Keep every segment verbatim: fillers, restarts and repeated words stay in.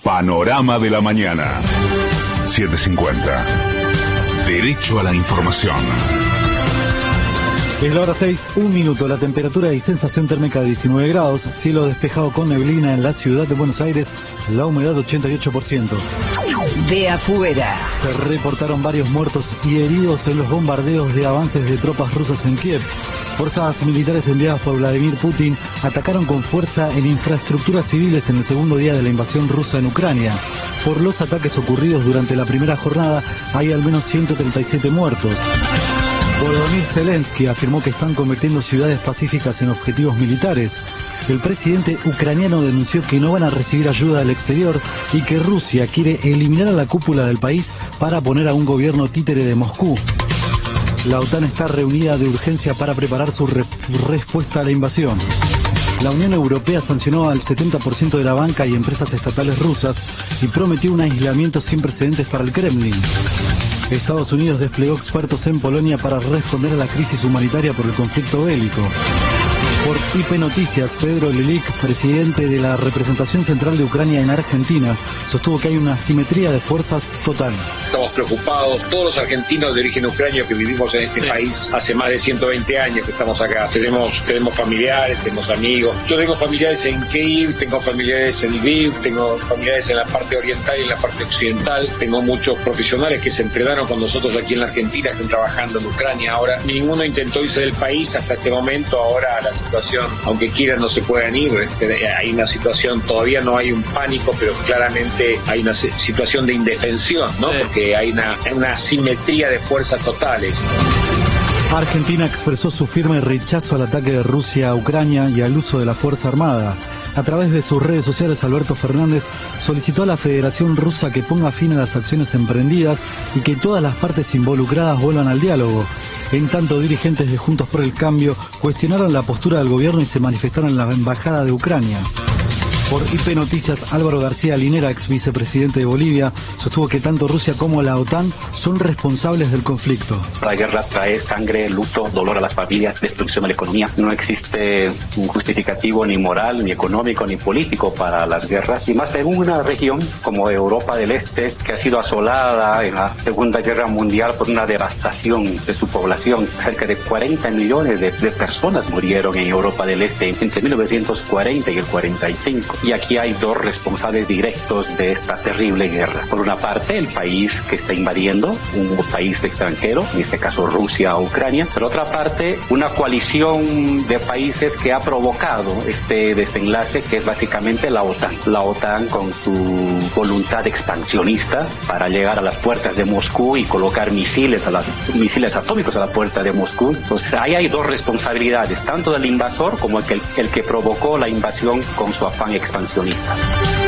Panorama de la Mañana. siete cincuenta. Derecho a la información. Es la hora seis, un minuto. La temperatura y sensación térmica de diecinueve grados. Cielo despejado con neblina en la ciudad de Buenos Aires. La humedad ochenta y ocho por ciento. De afuera. Se reportaron varios muertos y heridos en los bombardeos de avances de tropas rusas en Kiev. Fuerzas militares enviadas por Vladimir Putin atacaron con fuerza en infraestructuras civiles en el segundo día de la invasión rusa en Ucrania. Por los ataques ocurridos durante la primera jornada, hay al menos ciento treinta y siete muertos. Volodymyr Zelensky afirmó que están convirtiendo ciudades pacíficas en objetivos militares. El presidente ucraniano denunció que no van a recibir ayuda del exterior y que Rusia quiere eliminar a la cúpula del país para poner a un gobierno títere de Moscú. La OTAN está reunida de urgencia para preparar su re- respuesta a la invasión. La Unión Europea sancionó al setenta por ciento de la banca y empresas estatales rusas y prometió un aislamiento sin precedentes para el Kremlin. Estados Unidos desplegó expertos en Polonia para responder a la crisis humanitaria por el conflicto bélico. Por I P Noticias, Pedro Lilik, presidente de la representación central de Ucrania en Argentina, sostuvo que hay una asimetría de fuerzas total. Estamos preocupados, todos los argentinos de origen ucranio que vivimos en este sí. país hace más de ciento veinte años que estamos acá. Tenemos tenemos familiares, tenemos amigos. Yo tengo familiares en Kiev, tengo familiares en Lviv, tengo familiares en la parte oriental y en la parte occidental. Tengo muchos profesionales que se entrenaron con nosotros aquí en la Argentina, que están trabajando en Ucrania ahora. Ninguno intentó irse del país hasta este momento. Ahora la situación, aunque quieran, no se puedan ir. Este, hay una situación, todavía no hay un pánico, pero claramente hay una situación de indefensión, ¿no? Sí. Porque hay una, una asimetría de fuerzas totales. Argentina expresó su firme rechazo al ataque de Rusia a Ucrania y al uso de la Fuerza Armada. A través de sus redes sociales, Alberto Fernández solicitó a la Federación Rusa que ponga fin a las acciones emprendidas y que todas las partes involucradas vuelvan al diálogo. En tanto, dirigentes de Juntos por el Cambio cuestionaron la postura del gobierno y se manifestaron en la embajada de Ucrania. Por I P Noticias, Álvaro García Linera, ex vicepresidente de Bolivia, sostuvo que tanto Rusia como la OTAN son responsables del conflicto. La guerra trae sangre, luto, dolor a las familias, destrucción de la economía. No existe un justificativo ni moral, ni económico, ni político para las guerras. Y más en una región como Europa del Este, que ha sido asolada en la Segunda Guerra Mundial por una devastación de su población. Cerca de cuarenta millones de, de personas murieron en Europa del Este entre mil novecientos cuarenta y el cuarenta y cinco. Y aquí hay dos responsables directos de esta terrible guerra. Por una parte, el país que está invadiendo, un país extranjero, en este caso Rusia o Ucrania. Por otra parte, una coalición de países que ha provocado este desenlace, que es básicamente la OTAN. La OTAN con su voluntad expansionista para llegar a las puertas de Moscú y colocar misiles, a las, misiles atómicos a la puerta de Moscú. Entonces, ahí hay dos responsabilidades, tanto del invasor como el que, el que provocó la invasión con su afán expansionista. expansionista.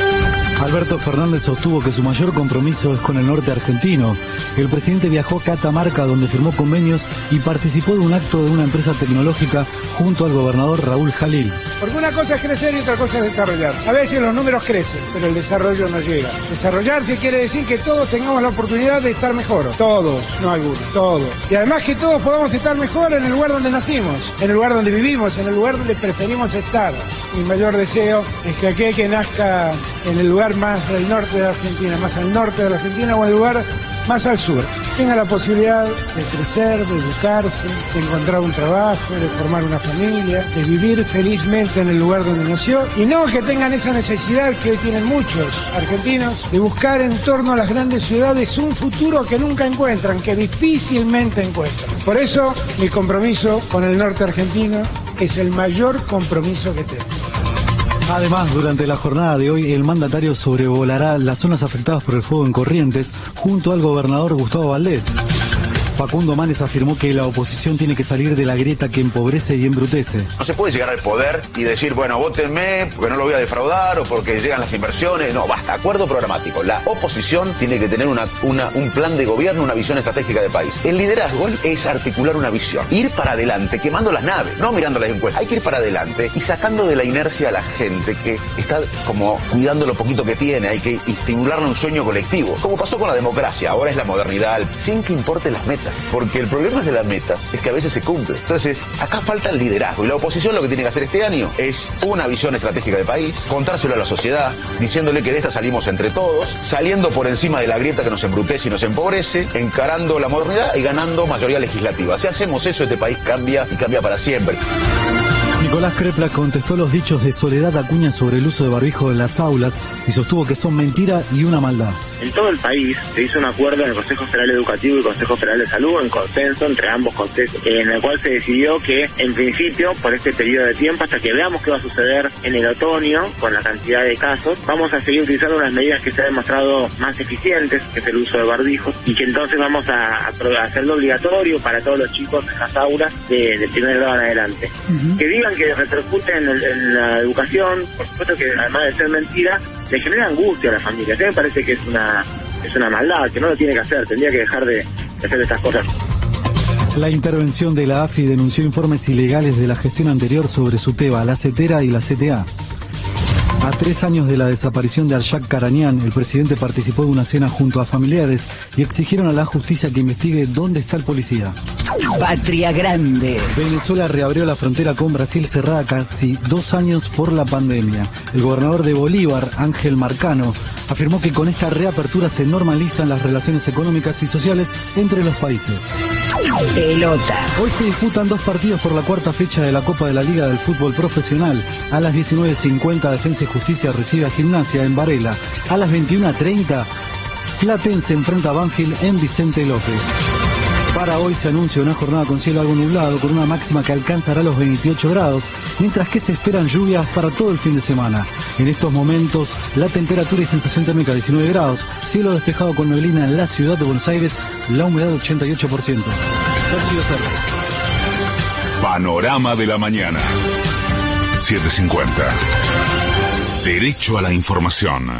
Alberto Fernández sostuvo que su mayor compromiso es con el norte argentino. El presidente viajó a Catamarca, donde firmó convenios y participó de un acto de una empresa tecnológica junto al gobernador Raúl Jalil. Porque una cosa es crecer y otra cosa es desarrollar. A veces los números crecen, pero el desarrollo no llega. Desarrollarse quiere decir que todos tengamos la oportunidad de estar mejor. Todos, no algunos, todos. Y además que todos podamos estar mejor en el lugar donde nacimos, en el lugar donde vivimos, en el lugar donde preferimos estar. Mi mayor deseo es que aquel que nazca en el lugar más del norte de Argentina, más al norte de la Argentina o el lugar más al sur, tenga la posibilidad de crecer, de educarse, de encontrar un trabajo, de formar una familia, de vivir felizmente en el lugar donde nació, y no que tengan esa necesidad que hoy tienen muchos argentinos de buscar en torno a las grandes ciudades un futuro que nunca encuentran, que difícilmente encuentran. Por eso mi compromiso con el norte argentino es el mayor compromiso que tengo. Además, durante la jornada de hoy, el mandatario sobrevolará las zonas afectadas por el fuego en Corrientes junto al gobernador Gustavo Valdés. Facundo Manes afirmó que la oposición tiene que salir de la grieta que empobrece y embrutece. No se puede llegar al poder y decir, bueno, vótenme porque no lo voy a defraudar o porque llegan las inversiones. No, basta, acuerdo programático. La oposición tiene que tener una, una, un plan de gobierno, una visión estratégica de país. El liderazgo es articular una visión, ir para adelante, quemando las naves, no mirando las encuestas. Hay que ir para adelante y sacando de la inercia a la gente que está como cuidando lo poquito que tiene. Hay que estimularle un sueño colectivo, como pasó con la democracia. Ahora es la modernidad, sin que importen las metas. metas, porque el problema de las metas es que a veces se cumple. Entonces, acá falta el liderazgo, y la oposición lo que tiene que hacer este año es una visión estratégica de país, contárselo a la sociedad, diciéndole que de esta salimos entre todos, saliendo por encima de la grieta que nos embrutece y nos empobrece, encarando la modernidad y ganando mayoría legislativa. Si hacemos eso, este país cambia y cambia para siempre. Nicolás Crepla contestó los dichos de Soledad Acuña sobre el uso de barbijo en las aulas y sostuvo que son mentira y una maldad. En todo el país se hizo un acuerdo en el Consejo Federal Educativo y Consejo Federal de Salud, en consenso entre ambos consejos, en el cual se decidió que, en principio, por este periodo de tiempo, hasta que veamos qué va a suceder en el otoño, con la cantidad de casos, vamos a seguir utilizando unas medidas que se han demostrado más eficientes, que es el uso de barbijos, y que entonces vamos a, a hacerlo obligatorio para todos los chicos en las aulas de, de primer grado en adelante. Uh-huh. Que digan que repercute en, el, en la educación, por supuesto que además de ser mentira, le genera angustia a la familia. A mí me parece que es una es una maldad, que no lo tiene que hacer, tendría que dejar de, de hacer estas cosas. La intervención de la A F I denunció informes ilegales de la gestión anterior sobre Suteba, la CETERA y la C T A. A tres años de la desaparición de Arshak Karanian, el presidente participó de una cena junto a familiares y exigieron a la justicia que investigue dónde está el policía. Patria Grande. Venezuela reabrió la frontera con Brasil cerrada casi dos años por la pandemia. El gobernador de Bolívar, Ángel Marcano, afirmó que con esta reapertura se normalizan las relaciones económicas y sociales entre los países. Pelota. Hoy se disputan dos partidos por la cuarta fecha de la Copa de la Liga del Fútbol Profesional. A las diecinueve cincuenta Defensa y Justicia recibe a Gimnasia en Varela. A las veintiuna treinta Platense enfrenta a Banfield en Vicente López. Para hoy se anuncia una jornada con cielo algo nublado, con una máxima que alcanzará los veintiocho grados, mientras que se esperan lluvias para todo el fin de semana. En estos momentos, la temperatura y sensación térmica diecinueve grados, cielo despejado con neblina en la ciudad de Buenos Aires, la humedad ochenta y ocho por ciento. Panorama de la mañana. siete cincuenta. Derecho a la información.